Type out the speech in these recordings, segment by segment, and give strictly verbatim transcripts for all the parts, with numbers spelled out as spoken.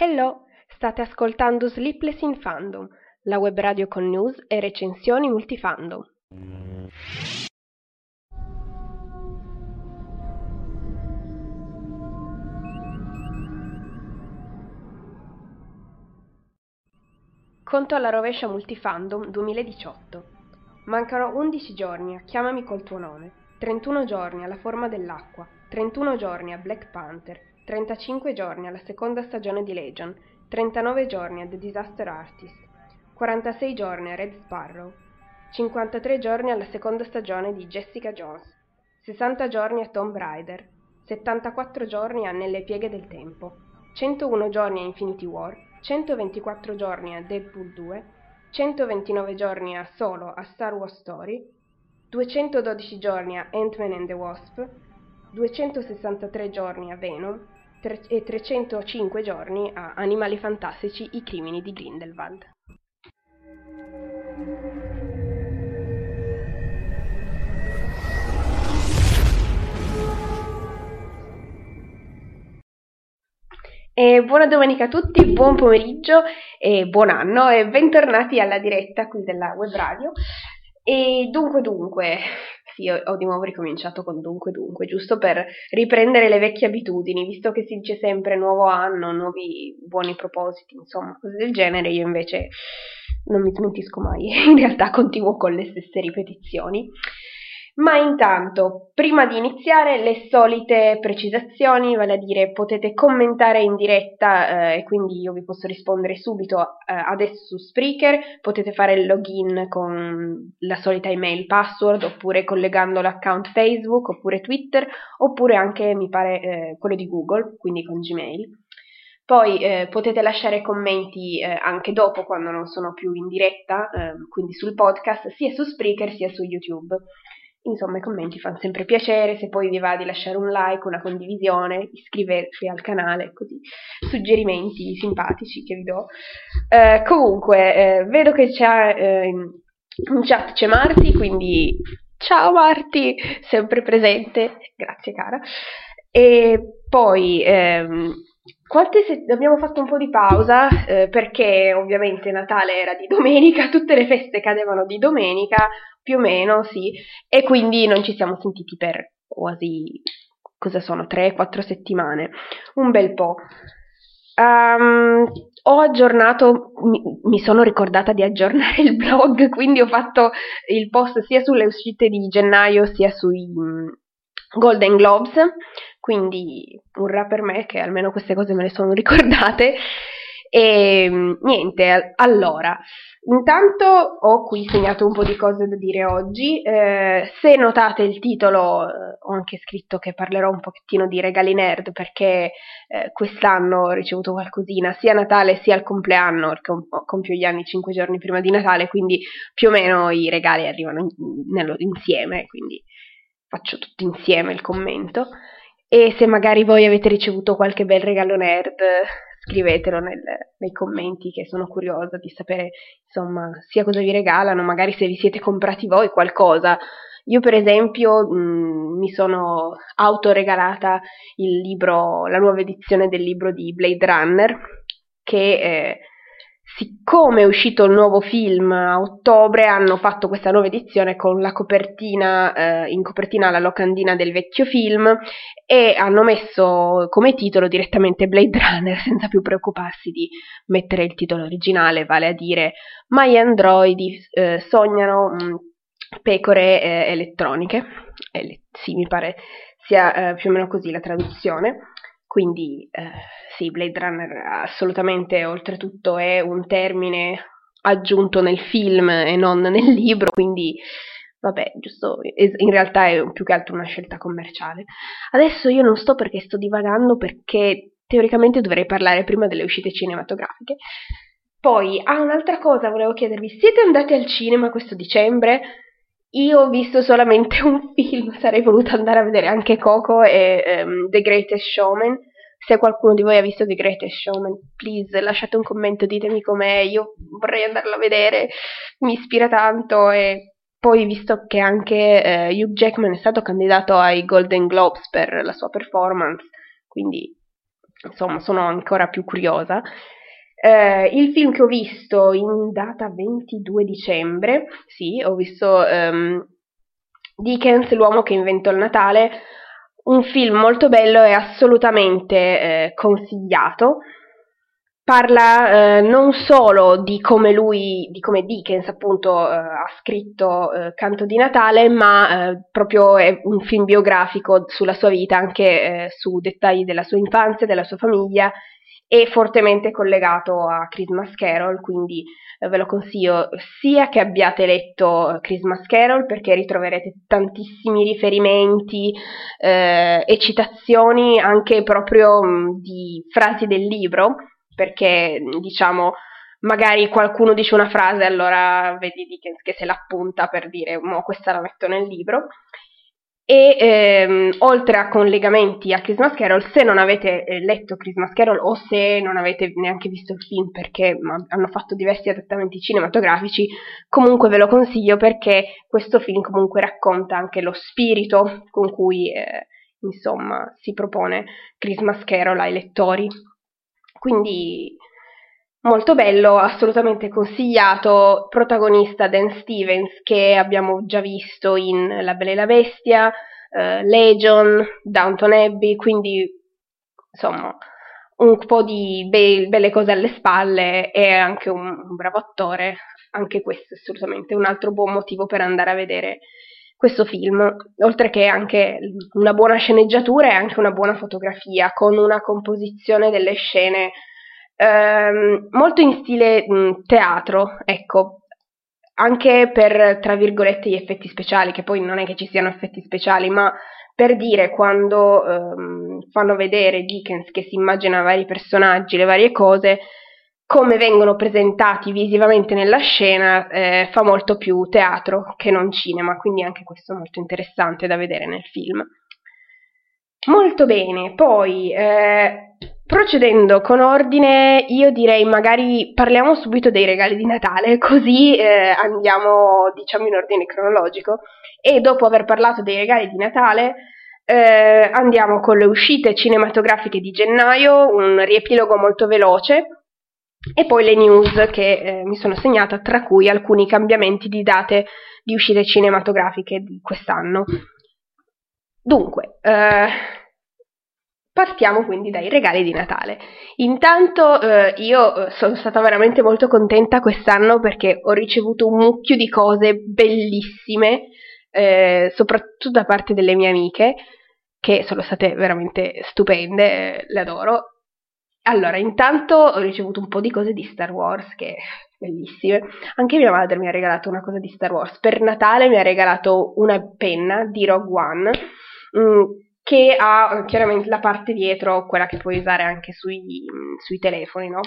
Hello, state ascoltando Sleepless in Fandom, la web radio con news e recensioni multifandom. Conto alla rovescia multifandom duemiladiciotto. Mancano undici giorni a Chiamami col tuo nome, trentuno giorni alla Forma dell'acqua, trentuno giorni a Black Panther, trentacinque giorni alla seconda stagione di Legion, trentanove giorni a The Disaster Artist, quarantasei giorni a Red Sparrow, cinquantatré giorni alla seconda stagione di Jessica Jones, sessanta giorni a Tomb Raider, settantaquattro giorni a Nelle pieghe del tempo, centouno giorni a Infinity War, centoventiquattro giorni a Deadpool due, centoventinove giorni a Solo a Star Wars Story, duecentododici giorni a Ant-Man and the Wasp, duecentosessantatré giorni a Venom e trecentocinque giorni a Animali fantastici, i crimini di Grindelwald. E buona domenica a tutti, buon pomeriggio e buon anno e bentornati alla diretta qui della web radio. E dunque dunque, sì, ho, ho di nuovo ricominciato con dunque dunque, giusto per riprendere le vecchie abitudini, visto che si dice sempre nuovo anno, nuovi buoni propositi, insomma, cose del genere. Io invece non mi smentisco mai, in realtà continuo con le stesse ripetizioni. Ma intanto, prima di iniziare, le solite precisazioni, vale a dire potete commentare in diretta eh, e quindi io vi posso rispondere subito eh, adesso su Spreaker, potete fare il login con la solita email password oppure collegando l'account Facebook oppure Twitter oppure anche mi pare eh, quello di Google, quindi con Gmail. Poi eh, potete lasciare commenti eh, anche dopo quando non sono più in diretta, eh, quindi sul podcast, sia su Spreaker sia su YouTube. Insomma, i commenti fanno sempre piacere, se poi vi va di lasciare un like, una condivisione, iscrivervi al canale, così, suggerimenti simpatici che vi do. Eh, comunque, eh, vedo che c'è eh, in chat c'è Marti, quindi ciao Marti, sempre presente, grazie cara. E poi ehm, quante se- abbiamo fatto un po' di pausa eh, perché ovviamente Natale era di domenica, tutte le feste cadevano di domenica, più o meno, sì, e quindi non ci siamo sentiti per quasi, cosa sono, tre quattro settimane, un bel po'. Um, ho aggiornato, mi, mi sono ricordata di aggiornare il blog, quindi ho fatto il post sia sulle uscite di gennaio sia sui um, Golden Globes, quindi urrà per me che almeno queste cose me le sono ricordate. E niente, allora, intanto ho qui segnato un po' di cose da dire oggi. Eh, se notate il titolo, eh, ho anche scritto che parlerò un pochettino di regali nerd perché eh, quest'anno ho ricevuto qualcosina sia a Natale sia al compleanno, perché compio gli anni cinque giorni prima di Natale, quindi più o meno i regali arrivano in, nello, insieme, quindi faccio tutto insieme il commento. E se magari voi avete ricevuto qualche bel regalo nerd, scrivetelo nel, nei commenti, che sono curiosa di sapere, insomma, sia cosa vi regalano, magari se vi siete comprati voi qualcosa. Io per esempio mh, mi sono autoregalata il libro, la nuova edizione del libro di Blade Runner, che eh, siccome è uscito il nuovo film a ottobre, hanno fatto questa nuova edizione con la copertina, eh, in copertina la locandina del vecchio film, e hanno messo come titolo direttamente Blade Runner senza più preoccuparsi di mettere il titolo originale, vale a dire Ma gli androidi eh, sognano mh, pecore eh, elettroniche. Eh, sì, mi pare sia eh, più o meno così la traduzione. Quindi eh, sì, Blade Runner assolutamente, oltretutto è un termine aggiunto nel film e non nel libro, quindi vabbè, giusto, in realtà è più che altro una scelta commerciale. Adesso io non sto perché sto divagando, perché teoricamente dovrei parlare prima delle uscite cinematografiche. Poi, ah, un'altra cosa volevo chiedervi, siete andati al cinema questo dicembre? Io ho visto solamente un film, sarei voluta andare a vedere anche Coco e um, The Greatest Showman. Se qualcuno di voi ha visto The Greatest Showman, please lasciate un commento, ditemi com'è, io vorrei andarlo a vedere, mi ispira tanto. E poi, visto che anche eh, Hugh Jackman è stato candidato ai Golden Globes per la sua performance, quindi insomma sono ancora più curiosa. Eh, il film che ho visto in data ventidue dicembre, sì, ho visto um, Dickens, l'uomo che inventò il Natale, un film molto bello e assolutamente eh, consigliato. Parla eh, non solo di come lui, di come Dickens appunto eh, ha scritto eh, Canto di Natale, ma eh, proprio è un film biografico sulla sua vita, anche eh, su dettagli della sua infanzia, della sua famiglia, e fortemente collegato a Christmas Carol, quindi eh, ve lo consiglio sia che abbiate letto Christmas Carol, perché ritroverete tantissimi riferimenti eh, e citazioni anche proprio mh, di frasi del libro, perché diciamo magari qualcuno dice una frase, allora vedi Dickens che se l'appunta per dire mo questa la metto nel libro. E ehm, oltre a collegamenti a Christmas Carol, se non avete eh, letto Christmas Carol o se non avete neanche visto il film, perché ma, hanno fatto diversi adattamenti cinematografici, comunque ve lo consiglio perché questo film comunque racconta anche lo spirito con cui eh, insomma si propone Christmas Carol ai lettori. Quindi molto bello, assolutamente consigliato, protagonista Dan Stevens che abbiamo già visto in La Bella e la Bestia, eh, Legion, Downton Abbey, quindi insomma un po' di be- belle cose alle spalle e anche un, un bravo attore, anche questo è assolutamente un altro buon motivo per andare a vedere questo film, oltre che anche una buona sceneggiatura e anche una buona fotografia, con una composizione delle scene ehm, molto in stile mh, teatro, ecco, anche per, tra virgolette, gli effetti speciali, che poi non è che ci siano effetti speciali, ma per dire quando ehm, fanno vedere Dickens che si immagina vari personaggi, le varie cose, come vengono presentati visivamente nella scena eh, fa molto più teatro che non cinema, quindi anche questo è molto interessante da vedere nel film. Molto bene, poi eh, procedendo con ordine, io direi magari parliamo subito dei regali di Natale, così eh, andiamo diciamo in ordine cronologico e dopo aver parlato dei regali di Natale eh, andiamo con le uscite cinematografiche di gennaio, un riepilogo molto veloce e poi le news che eh, mi sono segnata, tra cui alcuni cambiamenti di date di uscite cinematografiche di quest'anno. Dunque, eh, partiamo quindi dai regali di Natale. Intanto eh, io sono stata veramente molto contenta quest'anno perché ho ricevuto un mucchio di cose bellissime, eh, soprattutto da parte delle mie amiche, che sono state veramente stupende, eh, le adoro. Allora, intanto ho ricevuto un po' di cose di Star Wars, che bellissime. Anche mia madre mi ha regalato una cosa di Star Wars. Per Natale mi ha regalato una penna di Rogue One, mh, che ha chiaramente la parte dietro, quella che puoi usare anche sui, sui telefoni, no?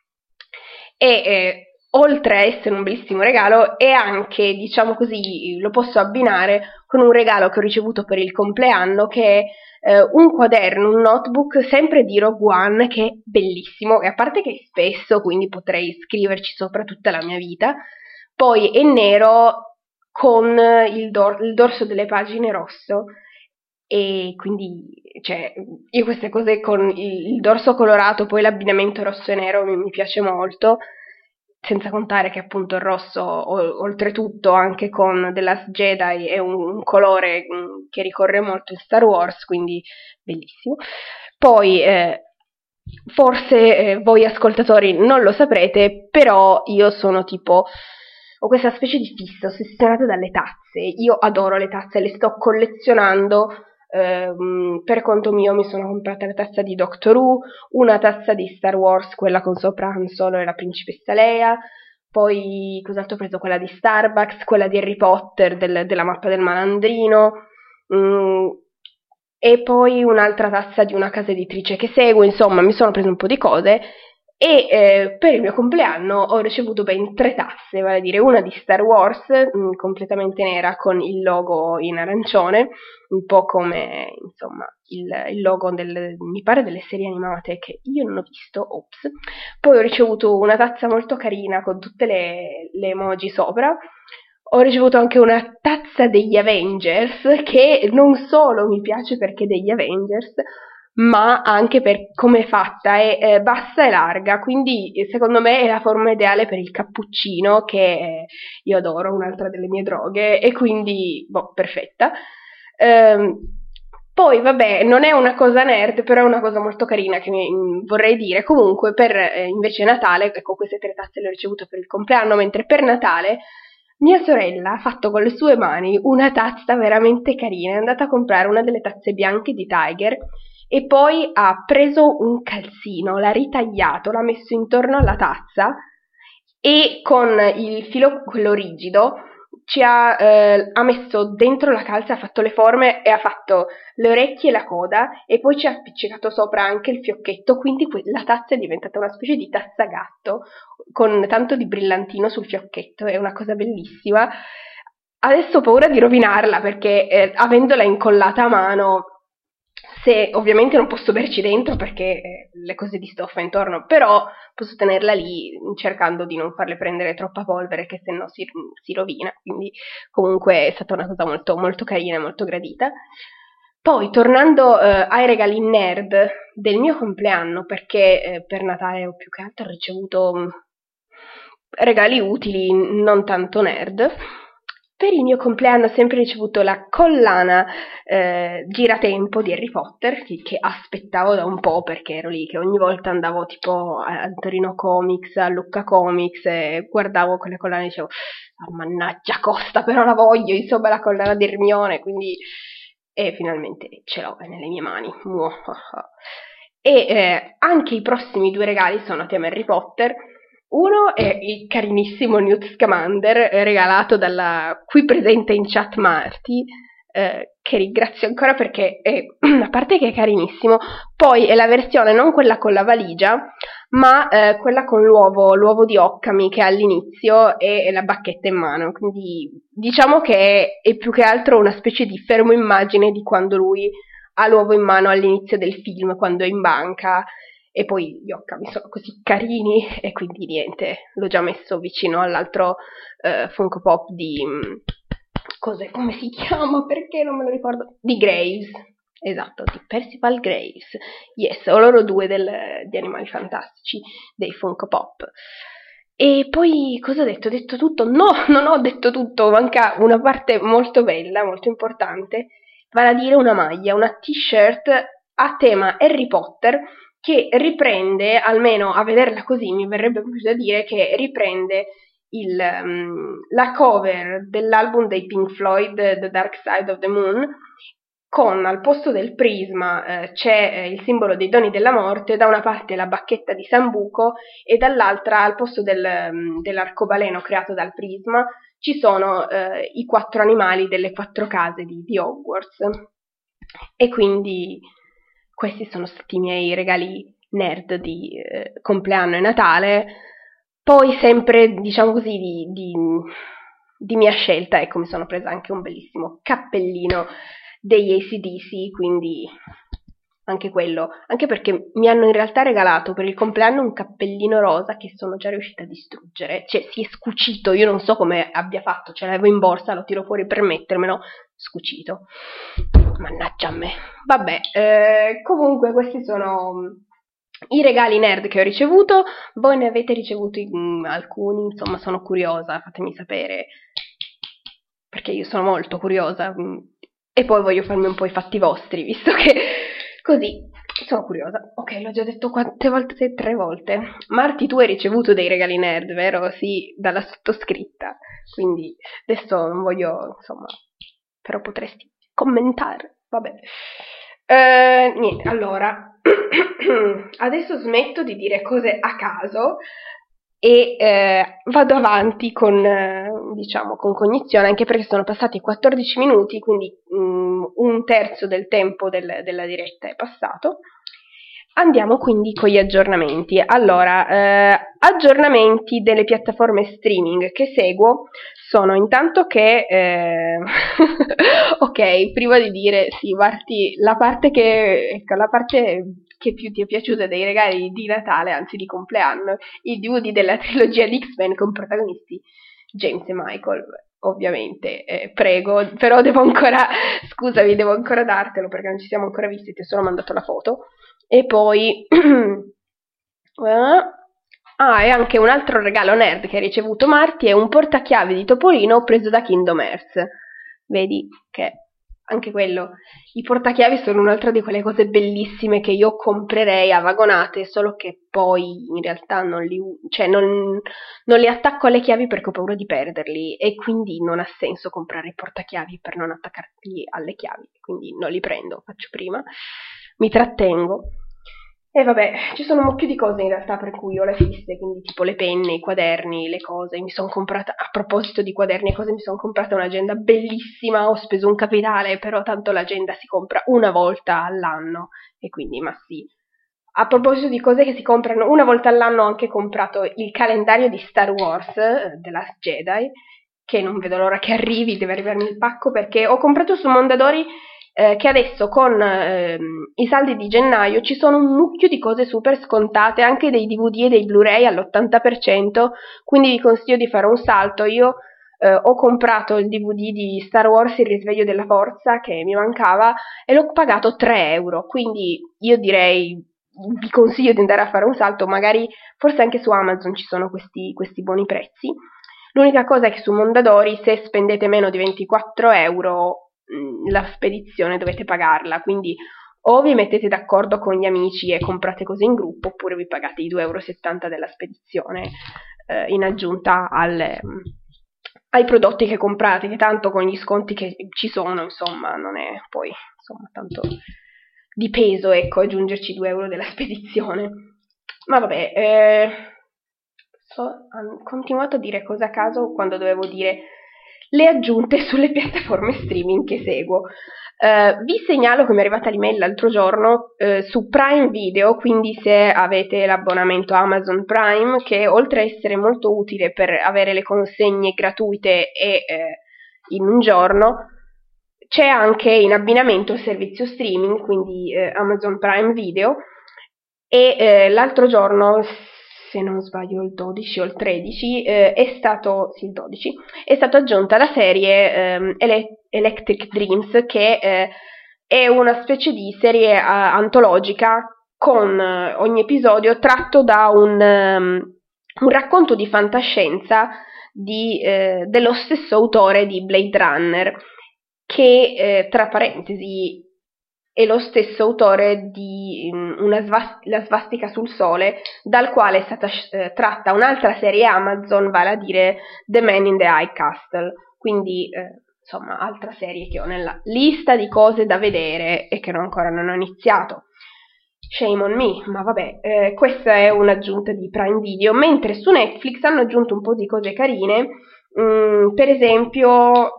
E eh, oltre a essere un bellissimo regalo, è anche, diciamo così, lo posso abbinare con un regalo che ho ricevuto per il compleanno, che è eh, un quaderno, un notebook, sempre di Rogue One, che è bellissimo, e a parte che è spesso, quindi potrei scriverci sopra tutta la mia vita, poi è nero con il, dor- il dorso delle pagine rosso, e quindi cioè, io queste cose con il, il dorso colorato, poi l'abbinamento rosso e nero mi, mi piace molto, senza contare che appunto il rosso o, oltretutto anche con The Last Jedi è un, un colore mh, che ricorre molto in Star Wars, quindi bellissimo. Poi eh, forse eh, voi ascoltatori non lo saprete, però io sono tipo ho questa specie di fissa ossessionata dalle tazze. Io adoro le tazze, le sto collezionando. Ehm, per conto mio mi sono comprata la tazza di Doctor Who, una tazza di Star Wars, quella con sopra Han Solo e la principessa Leia, poi cos'altro ho preso? Quella di Starbucks, quella di Harry Potter, del, della mappa del malandrino, mm, e poi un'altra tazza di una casa editrice che seguo, insomma mi sono preso un po' di cose e eh, per il mio compleanno ho ricevuto ben tre tasse, vale a dire una di Star Wars, mh, completamente nera con il logo in arancione, un po' come insomma il, il logo del, mi pare delle serie animate che io non ho visto, ops. Poi ho ricevuto una tazza molto carina con tutte le, le emoji sopra. Ho ricevuto anche una tazza degli Avengers che non solo mi piace perché degli Avengers, ma anche per come è fatta, è eh, bassa e larga, quindi secondo me è la forma ideale per il cappuccino, che eh, io adoro, un'altra delle mie droghe, e quindi, boh, perfetta. Ehm, Poi, vabbè, non è una cosa nerd, però è una cosa molto carina che mi, mh, vorrei dire. Comunque, per eh, invece Natale, ecco, queste tre tazze le ho ricevute per il compleanno, mentre per Natale mia sorella ha fatto con le sue mani una tazza veramente carina. È andata a comprare una delle tazze bianche di Tiger e poi ha preso un calzino, l'ha ritagliato, l'ha messo intorno alla tazza e con il filo, quello rigido, ci ha, eh, ha messo dentro la calza, ha fatto le forme e ha fatto le orecchie e la coda e poi ci ha appiccicato sopra anche il fiocchetto, quindi que- la tazza è diventata una specie di tazza gatto con tanto di brillantino sul fiocchetto, è una cosa bellissima. Adesso ho paura di rovinarla perché eh, avendola incollata a mano, se ovviamente non posso berci dentro perché eh, le cose di stoffa intorno, però posso tenerla lì cercando di non farle prendere troppa polvere che se no si, si rovina, quindi comunque è stata una cosa molto, molto carina e molto gradita. Poi tornando eh, ai regali nerd del mio compleanno, perché eh, per Natale ho più che altro ricevuto mh, regali utili, non tanto nerd. Per il mio compleanno ho sempre ricevuto la collana eh, giratempo di Harry Potter, che, che aspettavo da un po' perché ero lì che ogni volta andavo tipo al Torino Comics, a Lucca Comics e guardavo quelle collane e dicevo oh, mannaggia costa, però la voglio, insomma la collana di Hermione, quindi e finalmente ce l'ho nelle mie mani. E eh, anche i prossimi due regali sono a tema Harry Potter. Uno è il carinissimo Newt Scamander, eh, regalato dalla qui presente in chat Marti, eh, che ringrazio ancora perché è, a parte che è carinissimo, poi è la versione non quella con la valigia, ma eh, quella con l'uovo, l'uovo di Occami che ha all'inizio e, e la bacchetta in mano, quindi diciamo che è, è più che altro una specie di fermo immagine di quando lui ha l'uovo in mano all'inizio del film, quando è in banca e poi gli Occami sono così carini e quindi niente, l'ho già messo vicino all'altro eh, Funko Pop di cos'è, come si chiama, perché non me lo ricordo, di Graves, esatto, di Percival Graves, yes, ho loro due del, di Animali Fantastici dei Funko Pop. E poi cosa ho detto? Ho detto tutto? No, non ho detto tutto, manca una parte molto bella, molto importante, vale a dire una maglia, una t-shirt a tema Harry Potter che riprende, almeno a vederla così mi verrebbe più da dire che riprende il, um, la cover dell'album dei Pink Floyd, The Dark Side of the Moon, con al posto del prisma eh, c'è eh, il simbolo dei doni della morte, da una parte la bacchetta di Sambuco e dall'altra al posto del, um, dell'arcobaleno creato dal prisma ci sono eh, i quattro animali delle quattro case di, di Hogwarts. E quindi questi sono stati i miei regali nerd di eh, compleanno e Natale. Poi sempre, diciamo così, di, di, di mia scelta, ecco, mi sono presa anche un bellissimo cappellino degli A C D C, quindi anche quello, anche perché mi hanno in realtà regalato per il compleanno un cappellino rosa che sono già riuscita a distruggere, cioè si è scucito, io non so come abbia fatto, ce l'avevo in borsa, lo tiro fuori per mettermelo, scucito, mannaggia a me, vabbè, eh, comunque questi sono i regali nerd che ho ricevuto, voi ne avete ricevuti mh, alcuni, insomma sono curiosa, fatemi sapere, perché io sono molto curiosa, mh, e poi voglio farmi un po' i fatti vostri, visto che così sono curiosa. Ok, l'ho già detto quante volte? Tre volte. Marti, tu hai ricevuto dei regali nerd, vero? Sì, dalla sottoscritta, quindi adesso non voglio, insomma, però potresti commentare, vabbè. Eh, niente, allora, adesso smetto di dire cose a caso e eh, vado avanti con, eh, diciamo, con cognizione, anche perché sono passati quattordici minuti, quindi mh, un terzo del tempo del, della diretta è passato. Andiamo quindi con gli aggiornamenti. Allora, eh, aggiornamenti delle piattaforme streaming che seguo sono intanto che, eh, ok, prima di dire, sì, Marti, la parte che, ecco, la parte che più ti è piaciuta dei regali di Natale, anzi di compleanno, il D V D della trilogia di X-Men con protagonisti James e Michael. ovviamente, eh, prego, però devo ancora, scusami, devo ancora dartelo perché non ci siamo ancora visti, ti ho solo mandato la foto. E poi, ah, e anche un altro regalo nerd che ha ricevuto Marti è un portachiavi di Topolino preso da Kingdom Hearts. Vedi che anche quello, i portachiavi sono un'altra di quelle cose bellissime che io comprerei a vagonate, solo che poi in realtà non li, cioè non, non li attacco alle chiavi perché ho paura di perderli e quindi non ha senso comprare i portachiavi per non attaccarli alle chiavi, quindi non li prendo, faccio prima, mi trattengo. E vabbè, ci sono un mucchio di cose in realtà per cui ho le fisse, quindi tipo le penne, i quaderni, le cose. Mi sono comprata, a proposito di quaderni e cose, mi sono comprata un'agenda bellissima, ho speso un capitale, però tanto l'agenda si compra una volta all'anno, e quindi ma sì. A proposito di cose che si comprano una volta all'anno, ho anche comprato il calendario di Star Wars, eh, The Last Jedi, che non vedo l'ora che arrivi, deve arrivarmi il pacco, perché ho comprato su Mondadori eh, che adesso con eh, i saldi di gennaio ci sono un mucchio di cose super scontate, anche dei D V D e dei Blu-ray all'ottanta per cento, quindi vi consiglio di fare un salto. Io eh, ho comprato il D V D di Star Wars Il risveglio della forza che mi mancava e l'ho pagato tre euro, quindi io direi vi consiglio di andare a fare un salto, magari forse anche su Amazon ci sono questi, questi buoni prezzi. L'unica cosa è che su Mondadori se spendete meno di ventiquattro euro la spedizione dovete pagarla, quindi o vi mettete d'accordo con gli amici e comprate cose in gruppo oppure vi pagate i due euro e settanta della spedizione eh, in aggiunta al, ai prodotti che comprate, che tanto con gli sconti che ci sono insomma non è poi insomma tanto di peso, ecco, aggiungerci due euro della spedizione. Ma vabbè, eh, so, ho continuato a dire cose a caso quando dovevo dire le aggiunte sulle piattaforme streaming che seguo. Uh, vi segnalo che mi è arrivata l'email l'altro giorno uh, su Prime Video, quindi se avete l'abbonamento Amazon Prime, che oltre a essere molto utile per avere le consegne gratuite e uh, in un giorno, c'è anche in abbinamento il servizio streaming, quindi uh, Amazon Prime Video, e uh, l'altro giorno, se non sbaglio il dodici o il tredici, eh, è stato, sì, il dodici, è stata aggiunta la serie ehm, Ele- Electric Dreams, che eh, è una specie di serie uh, antologica con uh, ogni episodio tratto da un, um, un racconto di fantascienza di, eh, dello stesso autore di Blade Runner, che eh, tra parentesi è lo stesso autore di um, una svast- La svastica sul sole, dal quale è stata eh, tratta un'altra serie Amazon, vale a dire The Man in the High Castle, quindi eh, insomma altra serie che ho nella lista di cose da vedere e che non, ancora non ho iniziato. Shame on me, ma vabbè, eh, questa è un'aggiunta di Prime Video, mentre su Netflix hanno aggiunto un po' di cose carine, um, per esempio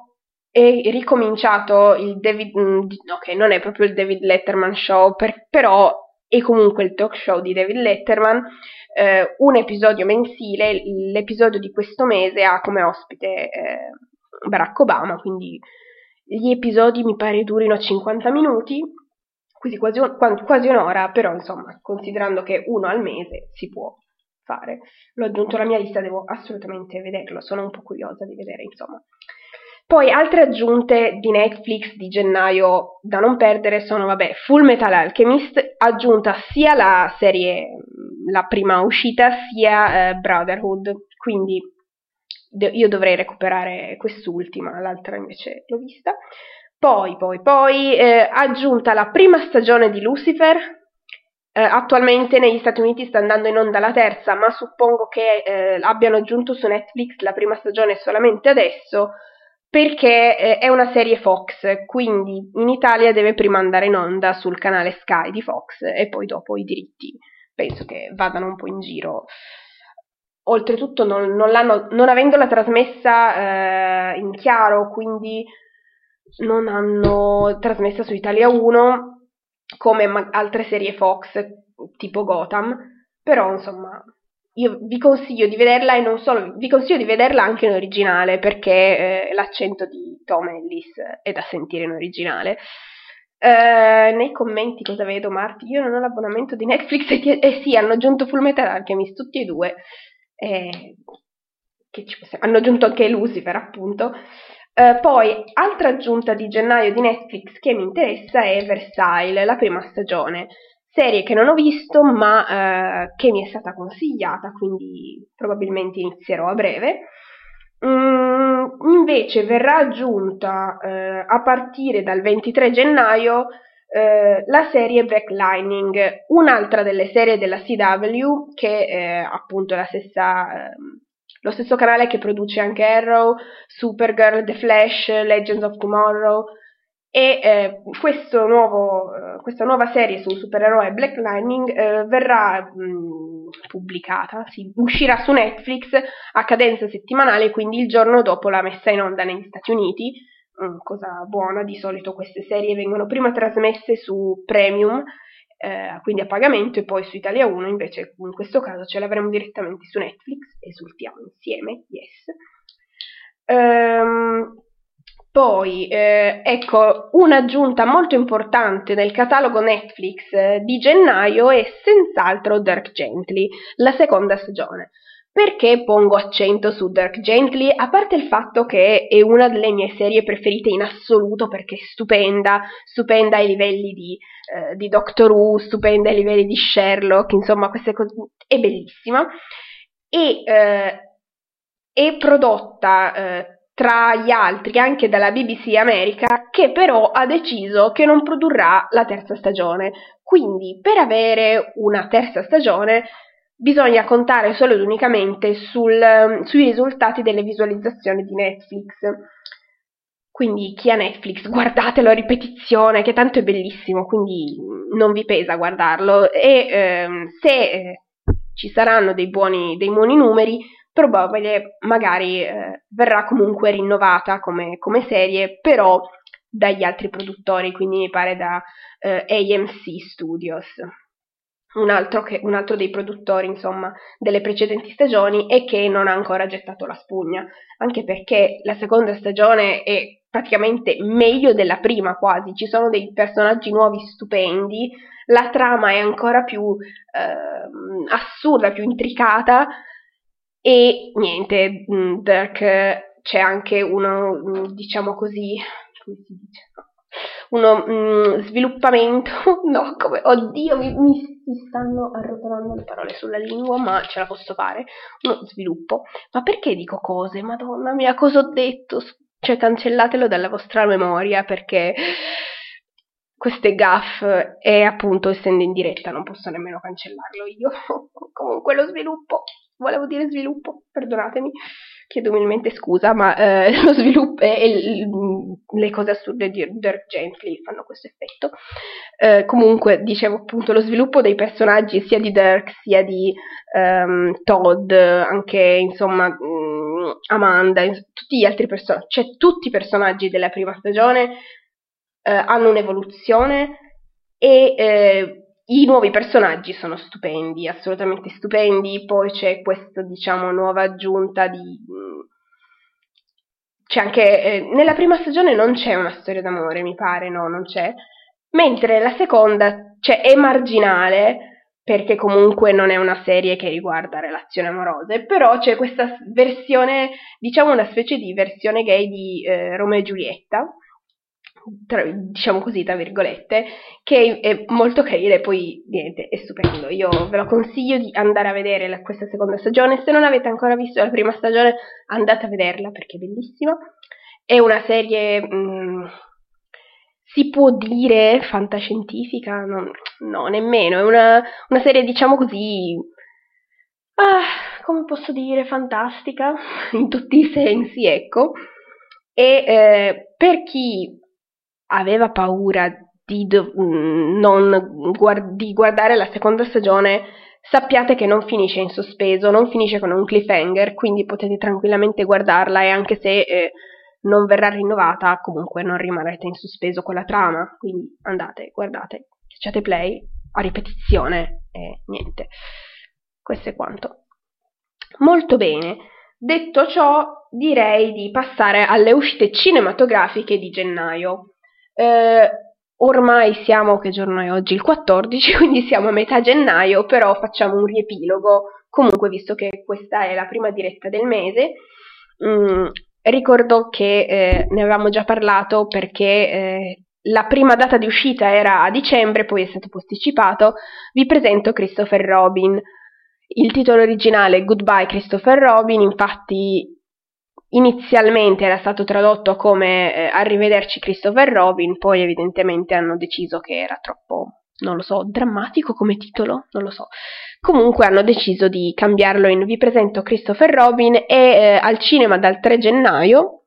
è ricominciato il David, ok, non è proprio il David Letterman Show, per, però è comunque il talk show di David Letterman, eh, un episodio mensile. L'episodio di questo mese ha come ospite eh, Barack Obama, quindi gli episodi mi pare durino cinquanta minuti, quindi quasi, quasi un'ora, però insomma, considerando che uno al mese si può fare. L'ho aggiunto alla mia lista, devo assolutamente vederlo, sono un po' curiosa di vedere, insomma. Poi altre aggiunte di Netflix di gennaio da non perdere sono, vabbè, Full Metal Alchemist, aggiunta sia la serie, la prima uscita, sia eh, Brotherhood, quindi de- io dovrei recuperare quest'ultima, l'altra invece l'ho vista. Poi, poi, poi, eh, aggiunta la prima stagione di Lucifer, eh, attualmente negli Stati Uniti sta andando in onda la terza, ma suppongo che eh, abbiano aggiunto su Netflix la prima stagione solamente adesso, perché eh, è una serie Fox, quindi in Italia deve prima andare in onda sul canale Sky di Fox e poi dopo i diritti penso che vadano un po' in giro. Oltretutto non, non, l'hanno, non avendola trasmessa eh, in chiaro, quindi non hanno trasmessa su Italia uno come ma- altre serie Fox tipo Gotham, però insomma io vi consiglio di vederla e non solo, vi consiglio di vederla anche in originale perché eh, l'accento di Tom Ellis è da sentire in originale. Eh, nei commenti cosa vedo, Marti? Io non ho l'abbonamento di Netflix e, ti- eh sì, hanno aggiunto Full Metal Alchemist tutti e due. Eh, che ci possiamo, hanno aggiunto anche Lucifer, appunto. Uh, poi, altra aggiunta di gennaio di Netflix che mi interessa è Versailles, la prima stagione, serie che non ho visto ma uh, che mi è stata consigliata, quindi probabilmente inizierò a breve. Mm, invece verrà aggiunta uh, a partire dal ventitré gennaio uh, la serie Black Lightning, un'altra delle serie della C W che è appunto la stessa... Uh, lo stesso canale che produce anche Arrow, Supergirl, The Flash, Legends of Tomorrow, e eh, questo nuovo, eh, questa nuova serie sul supereroe Black Lightning eh, verrà mh, pubblicata, sì, uscirà su Netflix a cadenza settimanale, quindi il giorno dopo la messa in onda negli Stati Uniti. Mm, cosa buona, di solito queste serie vengono prima trasmesse su Premium, Eh, quindi a pagamento, e poi su Italia uno, invece in questo caso ce l'avremo direttamente su Netflix, esultiamo insieme, yes. Ehm, poi eh, ecco, un'aggiunta molto importante nel catalogo Netflix eh, di gennaio è senz'altro Dirk Gently, la seconda stagione. Perché pongo accento su Dirk Gently? A parte il fatto che è una delle mie serie preferite in assoluto, perché è stupenda, stupenda ai livelli di, eh, di Doctor Who, stupenda ai livelli di Sherlock, insomma queste cose, è bellissima, e eh, è prodotta eh, tra gli altri anche dalla B B C America, che però ha deciso che non produrrà la terza stagione, quindi per avere una terza stagione bisogna contare solo ed unicamente sul, sui risultati delle visualizzazioni di Netflix. Quindi chi ha Netflix, guardatelo a ripetizione, che tanto è bellissimo, quindi non vi pesa guardarlo. E ehm, se eh, ci saranno dei buoni, dei buoni numeri, probabile magari eh, verrà comunque rinnovata come, come serie, però dagli altri produttori, quindi mi pare da eh, A M C Studios. Un altro, che, un altro dei produttori, insomma, delle precedenti stagioni, e che non ha ancora gettato la spugna, anche perché la seconda stagione è praticamente meglio della prima, quasi, ci sono dei personaggi nuovi stupendi, la trama è ancora più eh, assurda, più intricata, e niente, Dirk, c'è anche uno, diciamo così, come si dice, uno mh, sviluppamento, no, come, oddio, mi, mi si stanno arrotolando le parole sulla lingua, ma ce la posso fare, uno sviluppo. Ma perché dico cose? Madonna mia, cosa ho detto? Cioè, cancellatelo dalla vostra memoria, perché queste gaffe, e appunto essendo in diretta non posso nemmeno cancellarlo io. Comunque lo sviluppo, volevo dire sviluppo, perdonatemi, chiedo umilmente scusa, ma eh, lo sviluppo e il, le cose assurde di Dirk Gently fanno questo effetto. Eh, comunque, dicevo appunto, lo sviluppo dei personaggi sia di Dirk sia di um, Todd, anche insomma um, Amanda, tutti gli altri personaggi, cioè tutti i personaggi della prima stagione eh, hanno un'evoluzione, e eh, i nuovi personaggi sono stupendi, assolutamente stupendi. Poi c'è questa, diciamo, nuova aggiunta di... C'è anche... Eh, nella prima stagione non c'è una storia d'amore, mi pare, no, non c'è. Mentre la seconda, cioè, è marginale, perché comunque non è una serie che riguarda relazioni amorose, però c'è questa versione, diciamo una specie di versione gay di eh, Romeo e Giulietta, tra, diciamo così, tra virgolette, che è molto carina, e poi niente, è stupendo. Io ve lo consiglio di andare a vedere la, questa seconda stagione. Se non avete ancora visto la prima stagione, andate a vederla perché è bellissima. È una serie mh, si può dire fantascientifica? No, no, nemmeno, è una, una serie, diciamo così, ah, come posso dire, fantastica in tutti i sensi, ecco. E eh, per chi aveva paura di, do- non guard- di guardare la seconda stagione, sappiate che non finisce in sospeso, non finisce con un cliffhanger, quindi potete tranquillamente guardarla, e anche se eh, non verrà rinnovata, comunque non rimarrete in sospeso con la trama, quindi andate, guardate, schiacciate play a ripetizione e niente. Questo è quanto. Molto bene. Detto ciò, direi di passare alle uscite cinematografiche di gennaio. Eh, ormai siamo, che giorno è oggi? Il quattordici, quindi siamo a metà gennaio, però facciamo un riepilogo Comunque, visto che questa è la prima diretta del mese, mh, ricordo che eh, ne avevamo già parlato perché eh, la prima data di uscita era a dicembre, poi è stato posticipato. Vi presento Christopher Robin. Il titolo originale è Goodbye Christopher Robin, infatti inizialmente era stato tradotto come eh, Arrivederci Christopher Robin, poi evidentemente hanno deciso che era troppo, non lo so, drammatico come titolo, non lo so. Comunque hanno deciso di cambiarlo in Vi presento Christopher Robin e eh, al cinema dal tre gennaio.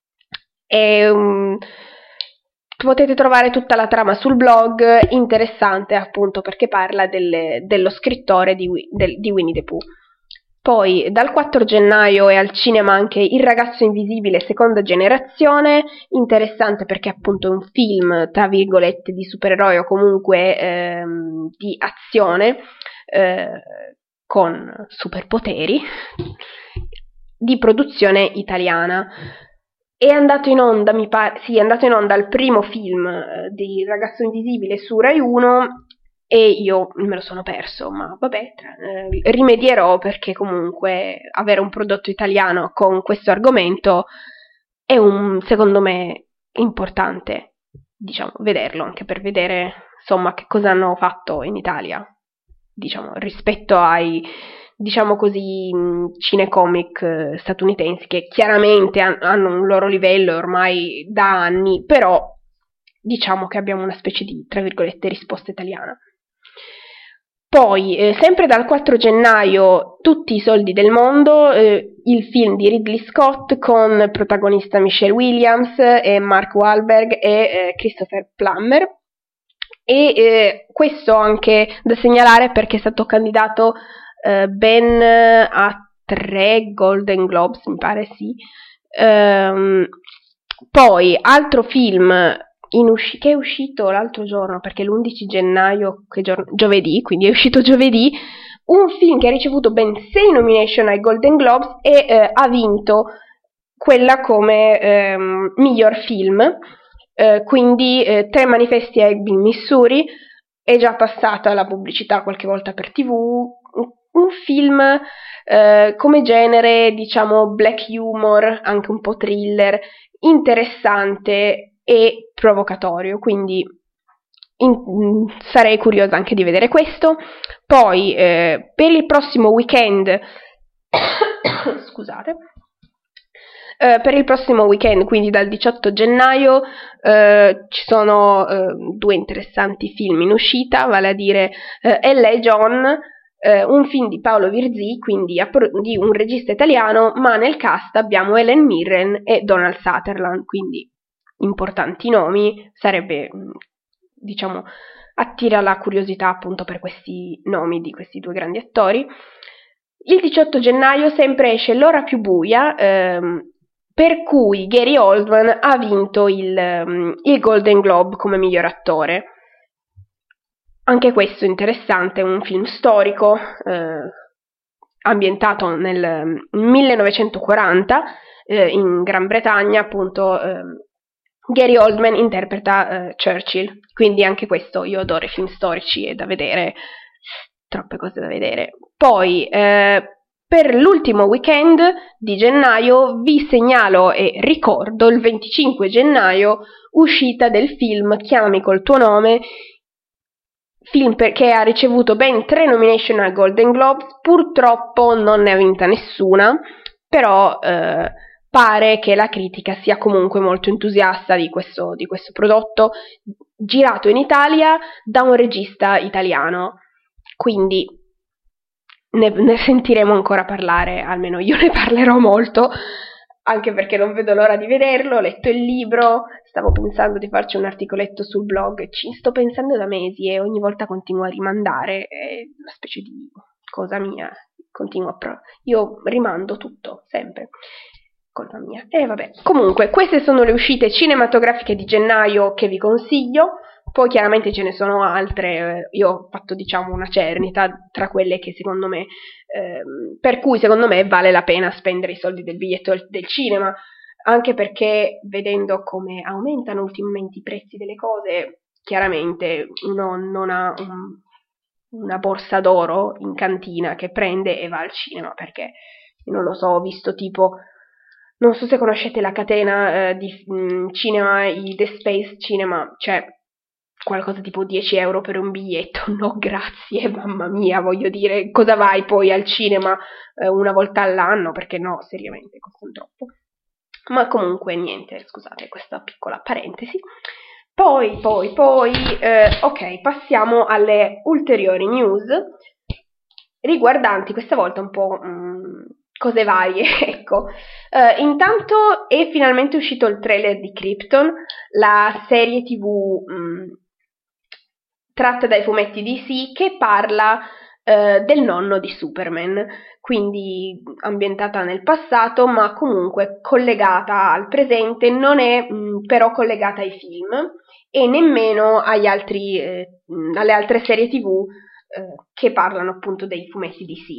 E, um, potete trovare tutta la trama sul blog, interessante appunto perché parla del, dello scrittore di, del, di Winnie the Pooh. Poi dal quattro gennaio è al cinema anche Il ragazzo invisibile seconda generazione, interessante perché appunto è un film tra virgolette di supereroi o comunque ehm, di azione eh, con superpoteri, di produzione italiana. È andato in onda, mi pare, sì, è andato in onda il primo film eh, di Il ragazzo invisibile su Rai uno e io me lo sono perso, ma vabbè, eh, rimedierò perché comunque avere un prodotto italiano con questo argomento è un, secondo me, importante, diciamo, vederlo, anche per vedere, insomma, che cosa hanno fatto in Italia, diciamo, rispetto ai, diciamo così, cinecomic statunitensi, che chiaramente hanno un loro livello ormai da anni, però diciamo che abbiamo una specie di, tra virgolette, risposta italiana. Poi, eh, sempre dal quattro gennaio, Tutti i soldi del mondo, eh, il film di Ridley Scott con protagonista Michelle Williams e Mark Wahlberg e eh, Christopher Plummer. E eh, questo anche da segnalare perché è stato candidato eh, ben a tre Golden Globes, mi pare sì. Ehm, poi, altro film in usci- che è uscito l'altro giorno, perché l'undici gennaio, che giorno? Giovedì, quindi è uscito giovedì, un film che ha ricevuto ben sei nomination ai Golden Globes e eh, ha vinto quella come ehm, miglior film, eh, quindi eh, Tre manifesti a Ebbing, Missouri, è già passata la pubblicità qualche volta per tivù, un film eh, come genere, diciamo, black humor, anche un po' thriller, interessante e provocatorio, quindi in, sarei curiosa anche di vedere questo. Poi eh, per il prossimo weekend scusate eh, per il prossimo weekend, quindi dal diciotto gennaio, eh, ci sono eh, due interessanti film in uscita, vale a dire eh, Ella e John, eh, un film di Paolo Virzì, quindi di un regista italiano, ma nel cast abbiamo Helen Mirren e Donald Sutherland, quindi importanti nomi, sarebbe, diciamo, attira la curiosità appunto per questi nomi di questi due grandi attori. Il diciotto gennaio sempre esce L'ora più buia, ehm, per cui Gary Oldman ha vinto il, um, il Golden Globe come miglior attore. Anche questo interessante, un film storico eh, ambientato nel millenovecentoquaranta eh, in Gran Bretagna, appunto. Eh, Gary Oldman interpreta eh, Churchill, quindi anche questo, io adoro i film storici, è da vedere, troppe cose da vedere. Poi eh, per l'ultimo weekend di gennaio vi segnalo e ricordo il venticinque gennaio uscita del film Chiami col tuo nome, film che ha ricevuto ben tre nomination al Golden Globes, purtroppo non ne ha vinta nessuna, però eh, pare che la critica sia comunque molto entusiasta di questo, di questo prodotto, girato in Italia da un regista italiano, quindi ne, ne sentiremo ancora parlare, almeno io ne parlerò molto, anche perché non vedo l'ora di vederlo. Ho letto il libro, stavo pensando di farci un articoletto sul blog, ci sto pensando da mesi e ogni volta continuo a rimandare, è una specie di cosa mia, continuo a pro- io rimando tutto, sempre, colpa mia. E vabbè, comunque, queste sono le uscite cinematografiche di gennaio che vi consiglio. Poi chiaramente ce ne sono altre, io ho fatto diciamo una cernita tra quelle che secondo me, ehm, per cui secondo me vale la pena spendere i soldi del biglietto del, del cinema, anche perché vedendo come aumentano ultimamente i prezzi delle cose, chiaramente uno non ha un, una borsa d'oro in cantina che prende e va al cinema, perché non lo so, ho visto tipo, non so se conoscete la catena eh, di mh, cinema, i The Space Cinema, cioè qualcosa tipo dieci euro per un biglietto, no grazie, mamma mia, voglio dire, cosa vai poi al cinema eh, una volta all'anno, perché no, seriamente, costano troppo. Ma comunque niente, scusate questa piccola parentesi. Poi, poi, poi, eh, ok, passiamo alle ulteriori news riguardanti questa volta un po' mh, cose varie, ecco. Uh, intanto è finalmente uscito il trailer di Krypton, la serie tv mh, tratta dai fumetti D C che parla uh, del nonno di Superman, quindi ambientata nel passato ma comunque collegata al presente, non è mh, però collegata ai film e nemmeno agli altri, eh, alle altre serie tv eh, che parlano appunto dei fumetti D C.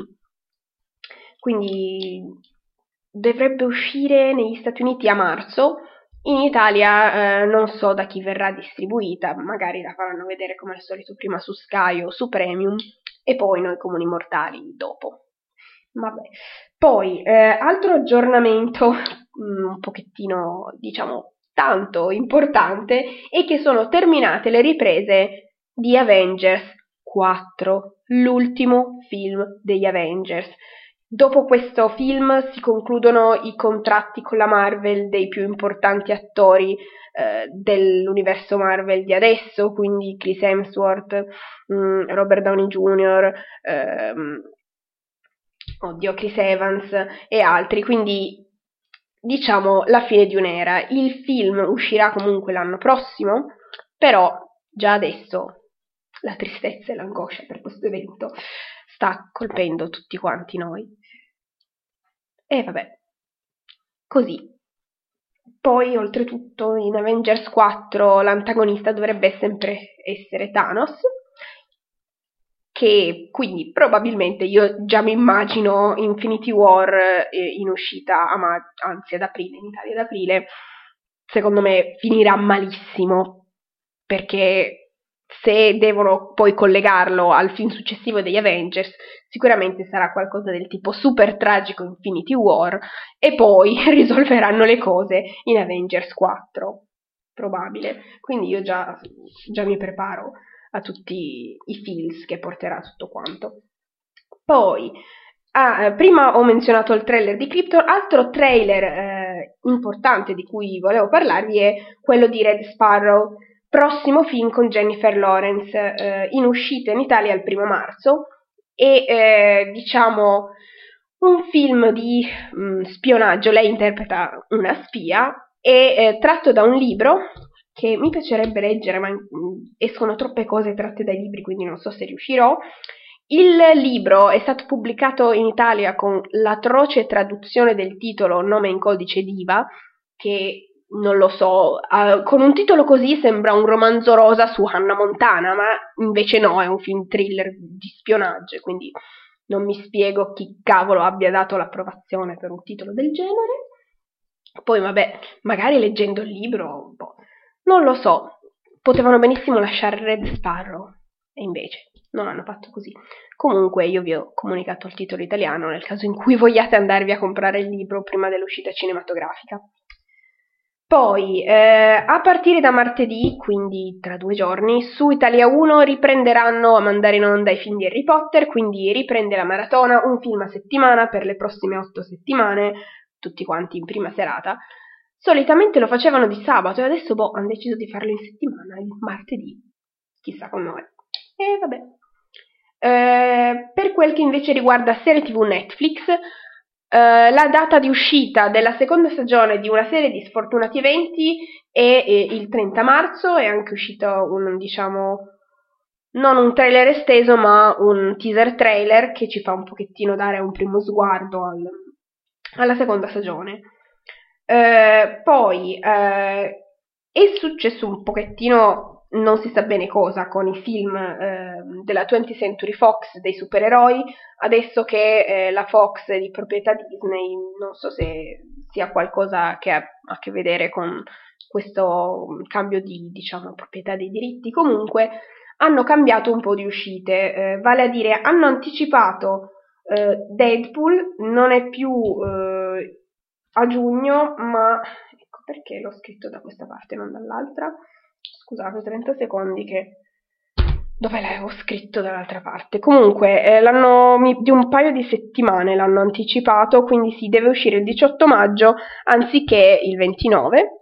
Quindi dovrebbe uscire negli Stati Uniti a marzo, in Italia eh, non so da chi verrà distribuita, magari la faranno vedere come al solito prima su Sky o su Premium e poi noi comuni mortali dopo. Vabbè. Poi, eh, altro aggiornamento mh, un pochettino, diciamo, tanto importante è che sono terminate le riprese di Avengers quattro, l'ultimo film degli Avengers. Dopo questo film si concludono i contratti con la Marvel dei più importanti attori eh, dell'universo Marvel di adesso, quindi Chris Hemsworth, mh, Robert Downey junior, ehm, oddio, Chris Evans e altri, quindi diciamo la fine di un'era. Il film uscirà comunque l'anno prossimo, però già adesso la tristezza e l'angoscia per questo evento sta colpendo tutti quanti noi. E vabbè, così. Poi, oltretutto, in Avengers quattro l'antagonista dovrebbe sempre essere Thanos, che quindi probabilmente io già mi immagino Infinity War eh, in uscita a ma- anzi ad aprile, in Italia ad aprile, secondo me finirà malissimo, perché se devono poi collegarlo al film successivo degli Avengers, sicuramente sarà qualcosa del tipo super tragico Infinity War e poi risolveranno le cose in Avengers quattro, probabile. Quindi io già, già mi preparo a tutti i feels che porterà tutto quanto. Poi, ah, prima ho menzionato il trailer di Krypton, altro trailer eh, importante di cui volevo parlarvi è quello di Red Sparrow, prossimo film con Jennifer Lawrence, eh, in uscita in Italia il primo marzo e eh, diciamo un film di mh, spionaggio, lei interpreta una spia, è eh, tratto da un libro che mi piacerebbe leggere, ma mh, escono troppe cose tratte dai libri, quindi non so se riuscirò. Il libro è stato pubblicato in Italia con l'atroce traduzione del titolo Nome in codice Diva, che non lo so, uh, con un titolo così sembra un romanzo rosa su Hannah Montana, ma invece no, è un film thriller di spionaggio, quindi non mi spiego chi cavolo abbia dato l'approvazione per un titolo del genere. Poi vabbè, magari leggendo il libro, boh, non lo so, potevano benissimo lasciare Red Sparrow, e invece non hanno fatto così. Comunque io vi ho comunicato il titolo italiano nel caso in cui vogliate andarvi a comprare il libro prima dell'uscita cinematografica. Poi, eh, a partire da martedì, quindi tra due giorni, su Italia uno riprenderanno a mandare in onda i film di Harry Potter, quindi riprende la maratona, un film a settimana per le prossime otto settimane, tutti quanti in prima serata. Solitamente lo facevano di sabato e adesso boh, hanno deciso di farlo in settimana, il martedì, chissà con noi. E vabbè. Eh, per quel che invece riguarda serie tv Netflix, Uh, la data di uscita della seconda stagione di una serie di sfortunati eventi è, è il trenta marzo, è anche uscito un, diciamo, non un trailer esteso, ma un teaser trailer che ci fa un pochettino dare un primo sguardo al, alla seconda stagione. Uh, poi uh, è successo un pochettino, non si sa bene cosa, con i film eh, della twentieth Century Fox dei supereroi, adesso che eh, la Fox è di proprietà Disney, non so se sia qualcosa che ha a che vedere con questo cambio di, diciamo, proprietà dei diritti. Comunque hanno cambiato un po' di uscite, eh, vale a dire hanno anticipato eh, Deadpool, non è più eh, a giugno, ma ecco perché l'ho scritto da questa parte, non dall'altra. Scusate, trenta secondi che... Dove l'avevo scritto dall'altra parte? Comunque, eh, l'hanno, di un paio di settimane l'hanno anticipato, quindi si deve uscire il diciotto maggio anziché il ventinove.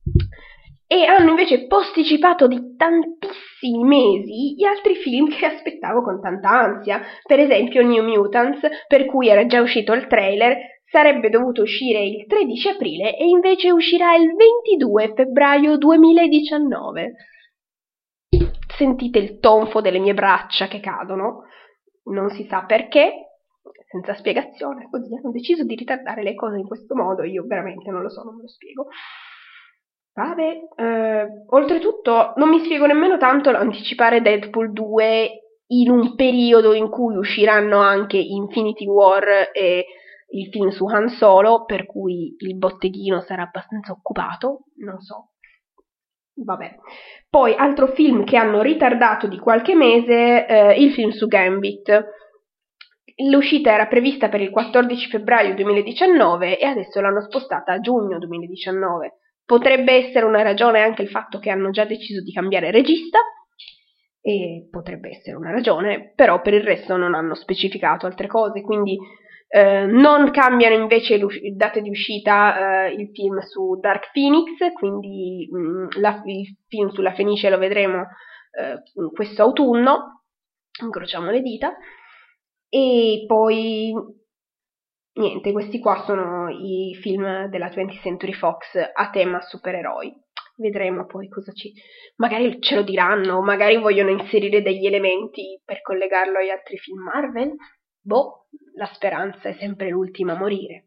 E hanno invece posticipato di tantissimi mesi gli altri film che aspettavo con tanta ansia. Per esempio New Mutants, per cui era già uscito il trailer, sarebbe dovuto uscire il tredici aprile e invece uscirà il ventidue febbraio duemiladiciannove. Sentite il tonfo delle mie braccia che cadono, non si sa perché, senza spiegazione, così hanno deciso di ritardare le cose in questo modo, io veramente non lo so, non me lo spiego. Vabbè, eh, oltretutto non mi spiego nemmeno tanto l'anticipare Deadpool due in un periodo in cui usciranno anche Infinity War e il film su Han Solo, per cui il botteghino sarà abbastanza occupato, non so. Vabbè. Poi altro film che hanno ritardato di qualche mese, eh, il film su Gambit. L'uscita era prevista per il quattordici febbraio duemiladiciannove e adesso l'hanno spostata a giugno duemiladiciannove. Potrebbe essere una ragione anche il fatto che hanno già deciso di cambiare regista, e potrebbe essere una ragione, però per il resto non hanno specificato altre cose, quindi eh, non cambiano invece le date di uscita eh, il film su Dark Phoenix, quindi mh, la, il film sulla Fenice lo vedremo eh, questo autunno, incrociamo le dita, e poi niente, questi qua sono i film della twentieth Century Fox a tema supereroi. Vedremo poi cosa ci... magari ce lo diranno, magari vogliono inserire degli elementi per collegarlo agli altri film Marvel. Boh, la speranza è sempre l'ultima a morire.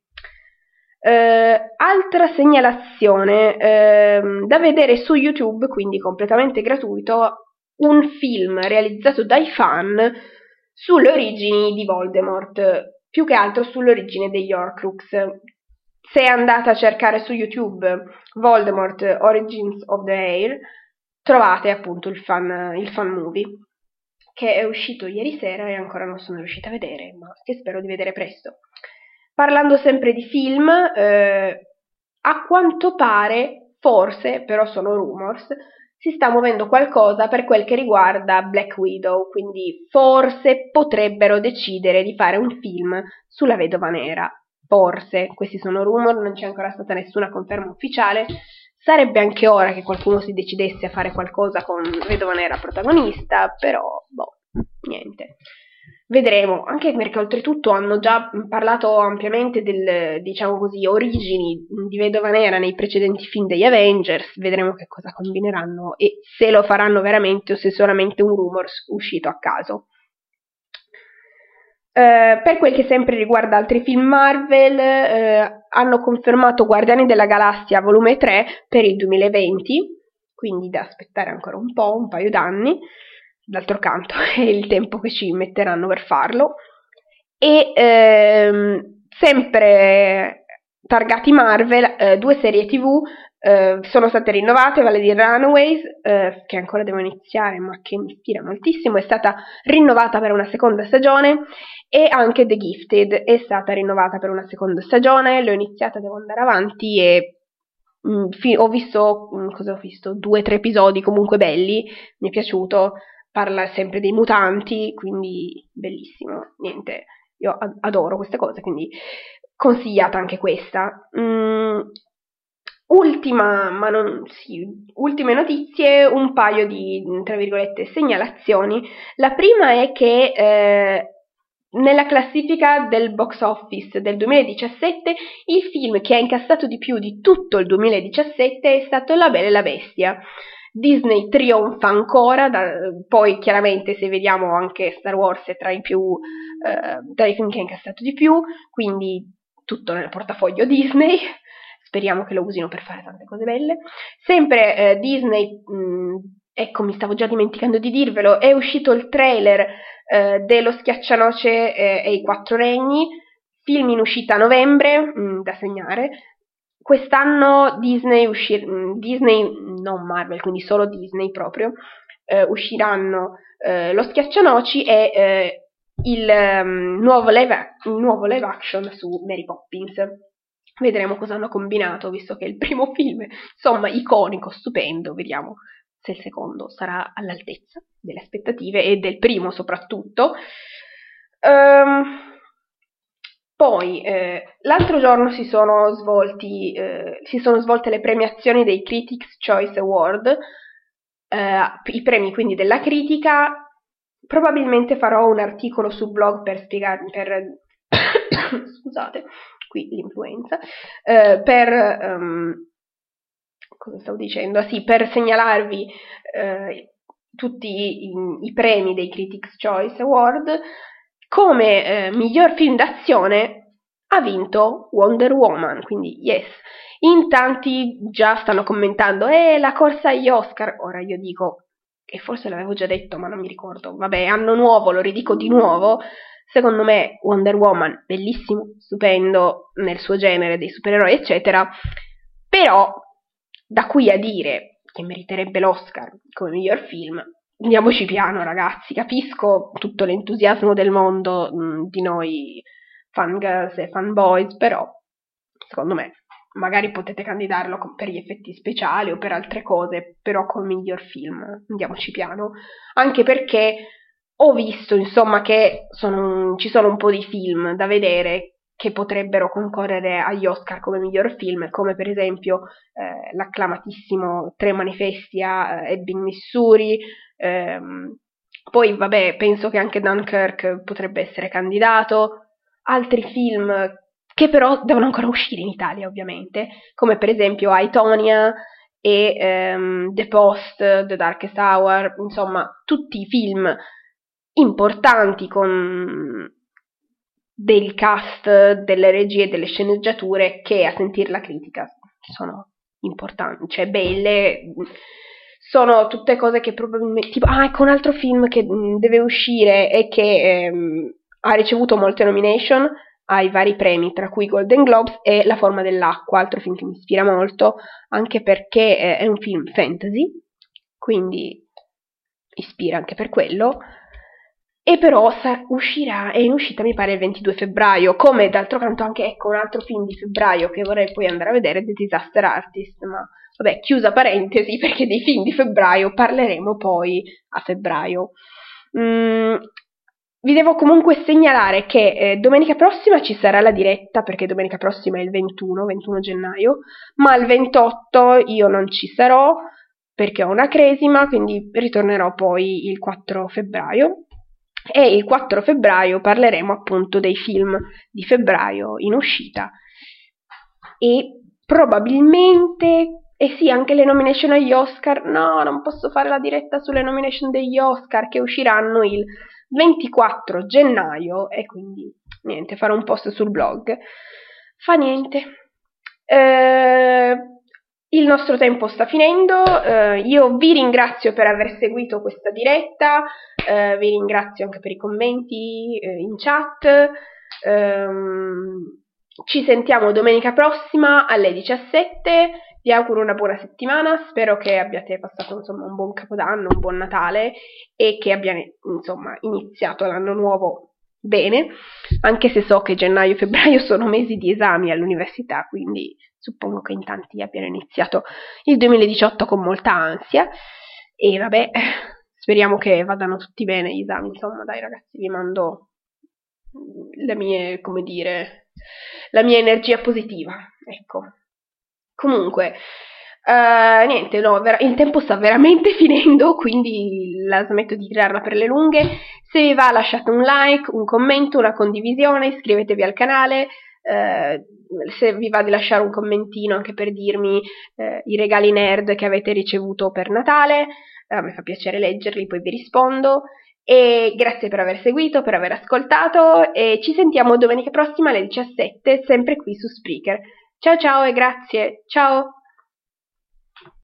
Uh, altra segnalazione, uh, da vedere su YouTube, quindi completamente gratuito, un film realizzato dai fan sulle origini di Voldemort, più che altro sull'origine degli Horcrux. Se andate a cercare su YouTube Voldemort Origins of the Heir, trovate appunto il fan, il fan movie, che è uscito ieri sera e ancora non sono riuscita a vedere, ma che spero di vedere presto. Parlando sempre di film, eh, a quanto pare, forse, però sono rumors, si sta muovendo qualcosa per quel che riguarda Black Widow, quindi forse potrebbero decidere di fare un film sulla Vedova Nera. Forse, questi sono rumor, non c'è ancora stata nessuna conferma ufficiale. Sarebbe anche ora che qualcuno si decidesse a fare qualcosa con Vedova Nera protagonista, però, boh, niente. Vedremo, anche perché oltretutto hanno già parlato ampiamente del, diciamo così, origini di Vedova Nera nei precedenti film degli Avengers. Vedremo che cosa combineranno e se lo faranno veramente o se è solamente un rumor uscito a caso. Uh, per quel che sempre riguarda altri film Marvel, uh, hanno confermato Guardiani della Galassia volume tre per il duemilaventi, quindi da aspettare ancora un po', un paio d'anni. D'altro canto è il tempo che ci metteranno per farlo. E ehm, sempre targati Marvel, eh, due serie tv eh, sono state rinnovate, vale a dire Runaways, eh, che ancora devo iniziare ma che mi ispira moltissimo, è stata rinnovata per una seconda stagione, e anche The Gifted è stata rinnovata per una seconda stagione. L'ho iniziata, devo andare avanti e mh, fi- ho visto, mh, cosa ho visto? Due o tre episodi comunque belli, mi è piaciuto. Parla sempre dei mutanti, quindi bellissimo, niente, io adoro queste cose, quindi consigliata anche questa. Mm, ultima, ma non, sì, ultime notizie, un paio di, tra virgolette, segnalazioni. La prima è che eh, nella classifica del box office del duemiladiciassette il film che ha incassato di più di tutto il duemiladiciassette è stato La Bella e la Bestia. Disney trionfa ancora, da, poi chiaramente se vediamo anche Star Wars è tra i, più, eh, tra i film che ha incassato di più, quindi tutto nel portafoglio Disney, speriamo che lo usino per fare tante cose belle. Sempre eh, Disney, mh, ecco mi stavo già dimenticando di dirvelo, è uscito il trailer eh, dello Schiaccianoce eh, e i Quattro Regni, film in uscita a novembre, mh, da segnare. Quest'anno Disney, uscir- Disney, non Marvel, quindi solo Disney proprio, eh, usciranno eh, Lo Schiaccianoci e eh, il, um, nuovo live, il nuovo live action su Mary Poppins. Vedremo cosa hanno combinato, visto che è il primo film, insomma, iconico, stupendo. Vediamo se il secondo sarà all'altezza delle aspettative e del primo soprattutto. Um, poi eh, l'altro giorno si sono svolti eh, si sono svolte le premiazioni dei Critics' Choice Award, eh, i premi quindi della critica. Probabilmente farò un articolo sul blog per spiegarmi per scusate, qui l'influenza, eh, per um, cosa stavo dicendo? Ah, sì, per segnalarvi eh, tutti i, i premi dei Critics' Choice Award. Come eh, miglior film d'azione ha vinto Wonder Woman, quindi yes. In tanti già stanno commentando eh, la corsa agli Oscar. Ora io dico, e forse l'avevo già detto ma non mi ricordo, vabbè, anno nuovo, lo ridico di nuovo. Secondo me Wonder Woman, bellissimo, stupendo nel suo genere dei supereroi eccetera, però da qui a dire che meriterebbe l'Oscar come miglior film, andiamoci piano ragazzi. Capisco tutto l'entusiasmo del mondo mh, di noi fangirls e fanboys, però secondo me magari potete candidarlo per gli effetti speciali o per altre cose, però come miglior film andiamoci piano, anche perché ho visto insomma che sono, ci sono un po' di film da vedere che potrebbero concorrere agli Oscar come miglior film, come per esempio eh, l'acclamatissimo Tre manifesti a Ebbing, Missouri. Ehm, poi vabbè, penso che anche Dunkirk potrebbe essere candidato. Altri film che però devono ancora uscire in Italia ovviamente, come per esempio I, Tonya e ehm, The Post, The Darkest Hour, insomma tutti i film importanti con del cast, delle regie, delle sceneggiature che a sentir la critica sono importanti, cioè belle. Sono tutte cose che probabilmente tipo, ah ecco un altro film che deve uscire e che ehm, ha ricevuto molte nomination ai vari premi, tra cui Golden Globes e La forma dell'acqua, altro film che mi ispira molto, anche perché eh, è un film fantasy, quindi ispira anche per quello. E però sa, uscirà, è in uscita mi pare il ventidue febbraio, come d'altro canto anche ecco un altro film di febbraio che vorrei poi andare a vedere, The Disaster Artist, ma vabbè, chiusa parentesi, perché dei film di febbraio parleremo poi a febbraio. Mm, vi devo comunque segnalare che eh, domenica prossima ci sarà la diretta, perché domenica prossima è il ventuno gennaio, ma il ventotto io non ci sarò perché ho una cresima, quindi ritornerò poi il quattro febbraio. E il quattro febbraio parleremo appunto dei film di febbraio in uscita e probabilmente, e sì, anche le nomination agli Oscar. No, non posso fare la diretta sulle nomination degli Oscar che usciranno il ventiquattro gennaio e quindi niente, farò un post sul blog. Fa niente. Eh, il nostro tempo sta finendo, eh, io vi ringrazio per aver seguito questa diretta, eh, vi ringrazio anche per i commenti eh, in chat, ehm, ci sentiamo domenica prossima alle diciassette, vi auguro una buona settimana, spero che abbiate passato insomma un buon Capodanno, un buon Natale e che abbiate insomma iniziato l'anno nuovo bene, anche se so che gennaio e febbraio sono mesi di esami all'università, quindi suppongo che in tanti abbiano iniziato il duemiladiciotto con molta ansia e vabbè, speriamo che vadano tutti bene gli esami. Insomma dai ragazzi, vi mando le mie, come dire, la mia energia positiva, ecco. Comunque Uh, niente, no, ver- il tempo sta veramente finendo, quindi la smetto di tirarla per le lunghe. Se vi va lasciate un like, un commento, una condivisione, iscrivetevi al canale, uh, se vi va di lasciare un commentino anche per dirmi uh, i regali nerd che avete ricevuto per Natale, uh, mi fa piacere leggerli, poi vi rispondo. E grazie per aver seguito, per aver ascoltato e ci sentiamo domenica prossima alle diciassette, sempre qui su Spreaker. Ciao ciao e grazie, ciao!